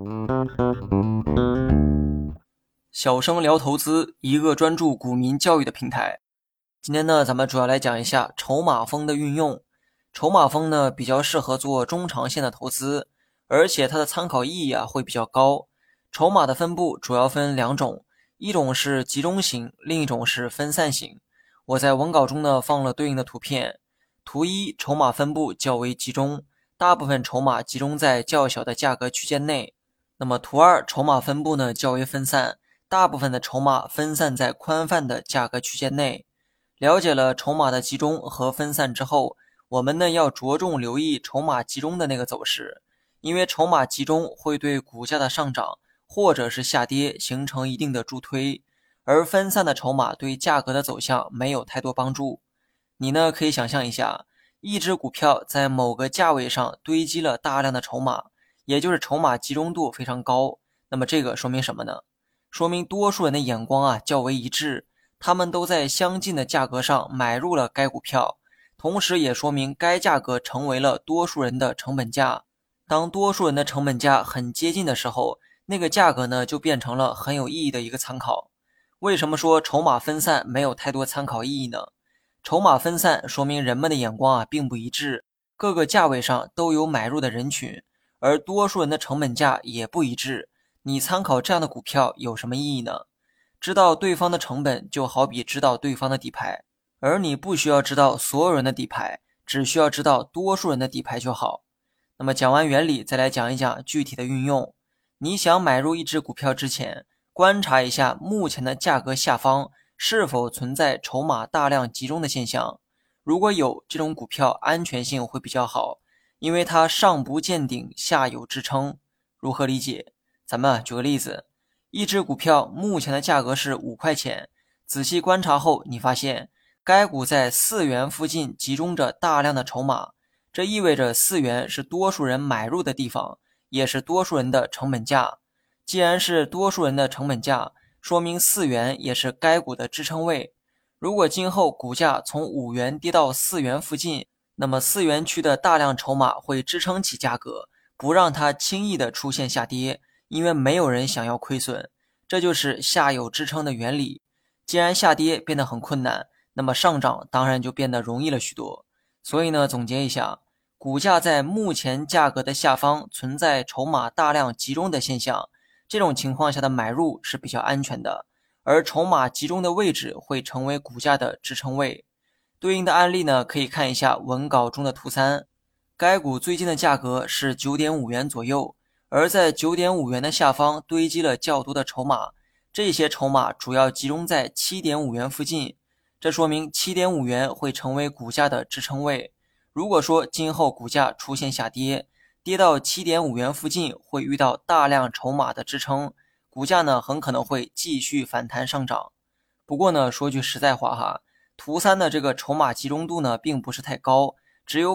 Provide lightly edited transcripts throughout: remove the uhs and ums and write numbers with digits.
小生聊投资，一个专注股民教育的平台。今天呢，咱们主要来讲一下筹码峰的运用。筹码峰呢，比较适合做中长线的投资，而且它的参考意义会比较高。筹码的分布主要分两种，一种是集中型，另一种是分散型。我在文稿中呢放了对应的图片。图一，筹码分布较为集中，大部分筹码集中在较小的价格区间内。那么图二，筹码分布呢较为分散，大部分的筹码分散在宽泛的价格区间内。了解了筹码的集中和分散之后，我们呢要着重留意筹码集中的那个走势，因为筹码集中会对股价的上涨或者是下跌形成一定的助推，而分散的筹码对价格的走向没有太多帮助。你呢可以想象一下，一只股票在某个价位上堆积了大量的筹码，也就是筹码集中度非常高，那么这个说明什么呢？说明多数人的眼光较为一致，他们都在相近的价格上买入了该股票，同时也说明该价格成为了多数人的成本价。当多数人的成本价很接近的时候，那个价格呢就变成了很有意义的一个参考。为什么说筹码分散没有太多参考意义呢？筹码分散说明人们的眼光并不一致，各个价位上都有买入的人群，而多数人的成本价也不一致。你参考这样的股票有什么意义呢？知道对方的成本就好比知道对方的底牌，而你不需要知道所有人的底牌，只需要知道多数人的底牌就好。那么讲完原理，再来讲一讲具体的运用。你想买入一只股票之前，观察一下目前的价格下方是否存在筹码大量集中的现象。如果有，这种股票安全性会比较好，因为它上不见顶，下有支撑。如何理解？咱们举个例子，一只股票目前的价格是5块钱，仔细观察后，你发现该股在4元附近集中着大量的筹码，这意味着4元是多数人买入的地方，也是多数人的成本价。既然是多数人的成本价，说明4元也是该股的支撑位。如果今后股价从5元跌到4元附近，那么4元区的大量筹码会支撑起价格，不让它轻易的出现下跌，因为没有人想要亏损。这就是下有支撑的原理。既然下跌变得很困难，那么上涨当然就变得容易了许多。所以呢，总结一下，股价在目前价格的下方存在筹码大量集中的现象，这种情况下的买入是比较安全的，而筹码集中的位置会成为股价的支撑位。对应的案例呢，可以看一下文稿中的图3。该股最近的价格是 9.5 元左右，而在 9.5 元的下方堆积了较多的筹码，这些筹码主要集中在 7.5 元附近，这说明 7.5 元会成为股价的支撑位。如果说今后股价出现下跌，跌到 7.5 元附近会遇到大量筹码的支撑，股价呢很可能会继续反弹上涨。不过呢，说句实在话图3的这个筹码集中度呢并不是太高，只有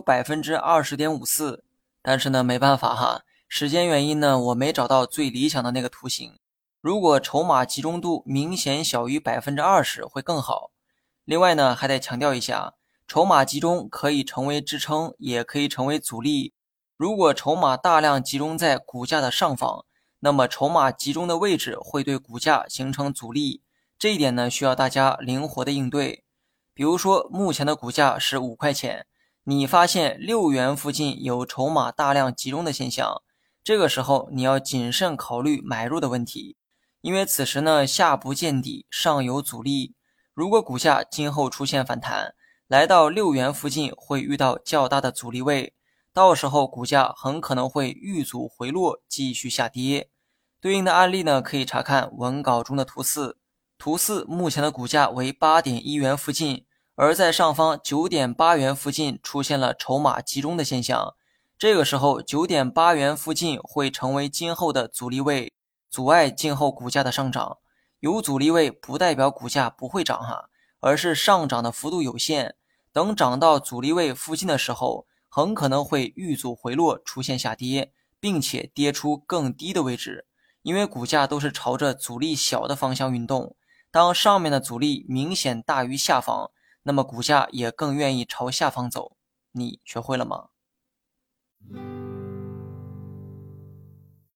20.54%， 但是呢没办法时间原因呢我没找到最理想的那个图形。如果筹码集中度明显小于 20% 会更好。另外呢还得强调一下，筹码集中可以成为支撑，也可以成为阻力。如果筹码大量集中在股价的上方，那么筹码集中的位置会对股价形成阻力，这一点呢需要大家灵活的应对。比如说目前的股价是5块钱，你发现6元附近有筹码大量集中的现象，这个时候你要谨慎考虑买入的问题，因为此时呢下不见底，上有阻力。如果股价今后出现反弹，来到6元附近会遇到较大的阻力位，到时候股价很可能会遇阻回落，继续下跌。对应的案例呢可以查看文稿中的图4。图4目前的股价为 8.1 元附近，而在上方 9.8 元附近出现了筹码集中的现象，这个时候 9.8 元附近会成为今后的阻力位，阻碍今后股价的上涨。有阻力位不代表股价不会涨而是上涨的幅度有限，等涨到阻力位附近的时候，很可能会遇阻回落，出现下跌，并且跌出更低的位置。因为股价都是朝着阻力小的方向运动，当上面的阻力明显大于下方，那么股价也更愿意朝下方走。你学会了吗？